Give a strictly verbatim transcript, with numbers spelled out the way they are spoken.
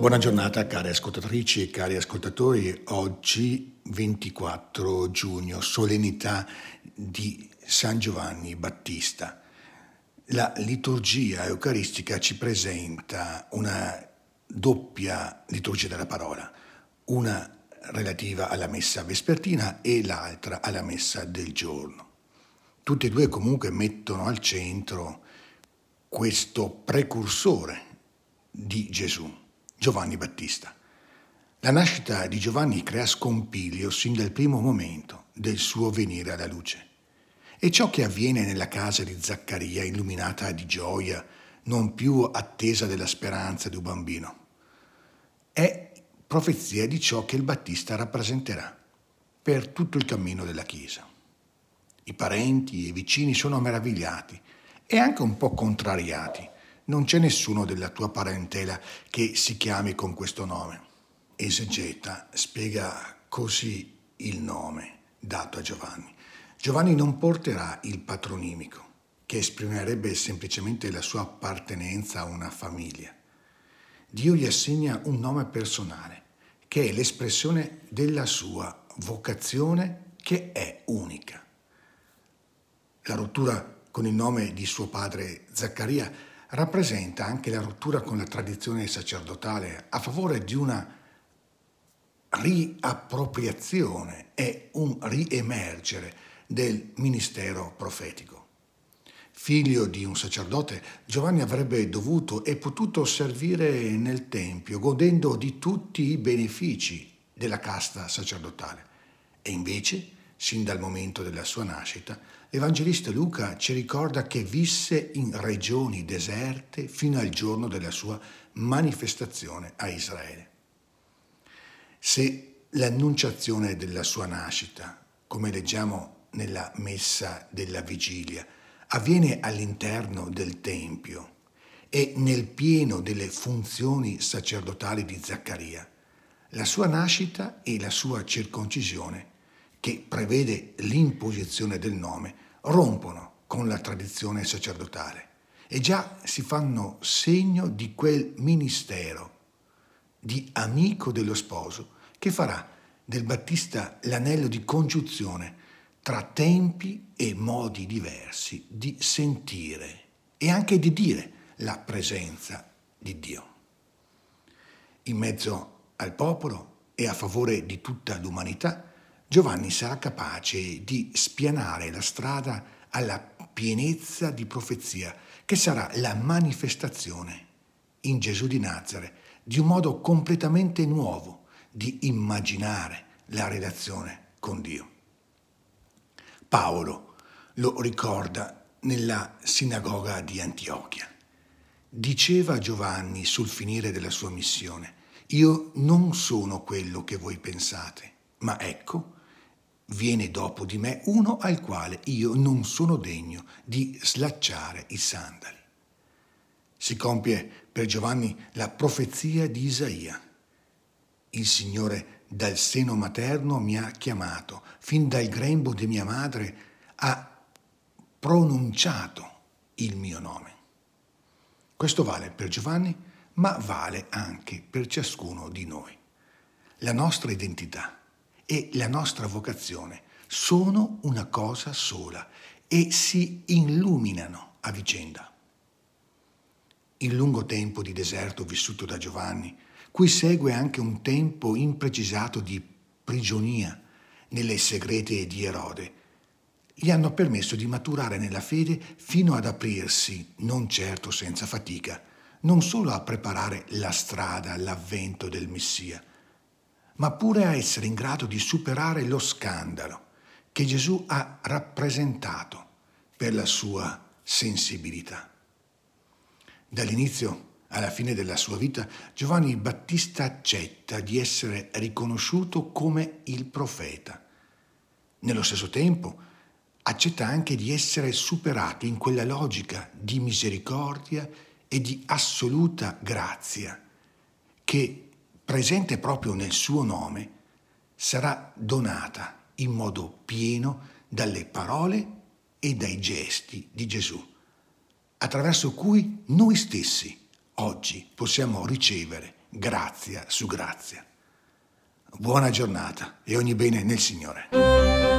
Buona giornata cari ascoltatrici e cari ascoltatori. Oggi ventiquattro giugno, solennità di San Giovanni Battista. La liturgia eucaristica ci presenta una doppia liturgia della parola, una relativa alla messa vespertina e l'altra alla messa del giorno. Tutte e due comunque mettono al centro questo precursore di Gesù, Giovanni Battista. La nascita di Giovanni crea scompiglio sin dal primo momento del suo venire alla luce. E ciò che avviene nella casa di Zaccaria, illuminata di gioia, non più attesa della speranza di un bambino, è profezia di ciò che il Battista rappresenterà per tutto il cammino della Chiesa. I parenti e i vicini sono meravigliati e anche un po' contrariati. Non c'è nessuno della tua parentela che si chiami con questo nome. Esegeta spiega così il nome dato a Giovanni. Giovanni non porterà il patronimico, che esprimerebbe semplicemente la sua appartenenza a una famiglia. Dio gli assegna un nome personale, che è l'espressione della sua vocazione, che è unica. La rottura con il nome di suo padre Zaccaria rappresenta anche la rottura con la tradizione sacerdotale a favore di una riappropriazione e un riemergere del ministero profetico. Figlio di un sacerdote, Giovanni avrebbe dovuto e potuto servire nel Tempio, godendo di tutti i benefici della casta sacerdotale. E invece, sin dal momento della sua nascita, l'Evangelista Luca ci ricorda che visse in regioni deserte fino al giorno della sua manifestazione a Israele. Se l'annunciazione della sua nascita, come leggiamo nella messa della vigilia, avviene all'interno del Tempio e nel pieno delle funzioni sacerdotali di Zaccaria, la sua nascita e la sua circoncisione, che prevede l'imposizione del nome, rompono con la tradizione sacerdotale e già si fanno segno di quel ministero di amico dello sposo che farà del Battista l'anello di congiunzione tra tempi e modi diversi di sentire e anche di dire la presenza di Dio. In mezzo al popolo e a favore di tutta l'umanità, Giovanni sarà capace di spianare la strada alla pienezza di profezia, che sarà la manifestazione in Gesù di Nazaret di un modo completamente nuovo di immaginare la relazione con Dio. Paolo lo ricorda nella sinagoga di Antiochia. Diceva Giovanni sul finire della sua missione: io non sono quello che voi pensate, ma ecco, viene dopo di me uno al quale io non sono degno di slacciare i sandali. Si compie per Giovanni la profezia di Isaia. Il Signore dal seno materno mi ha chiamato, fin dal grembo di mia madre ha pronunciato il mio nome. Questo vale per Giovanni, ma vale anche per ciascuno di noi. La nostra identità e la nostra vocazione sono una cosa sola e si illuminano a vicenda. Il lungo tempo di deserto vissuto da Giovanni, cui segue anche un tempo imprecisato di prigionia nelle segrete di Erode, gli hanno permesso di maturare nella fede fino ad aprirsi, non certo senza fatica, non solo a preparare la strada all'avvento del Messia, ma pure a essere in grado di superare lo scandalo che Gesù ha rappresentato per la sua sensibilità. Dall'inizio alla fine della sua vita, Giovanni Battista accetta di essere riconosciuto come il profeta. Nello stesso tempo, accetta anche di essere superato in quella logica di misericordia e di assoluta grazia che, presente proprio nel suo nome, sarà donata in modo pieno dalle parole e dai gesti di Gesù, attraverso cui noi stessi oggi possiamo ricevere grazia su grazia. Buona giornata e ogni bene nel Signore.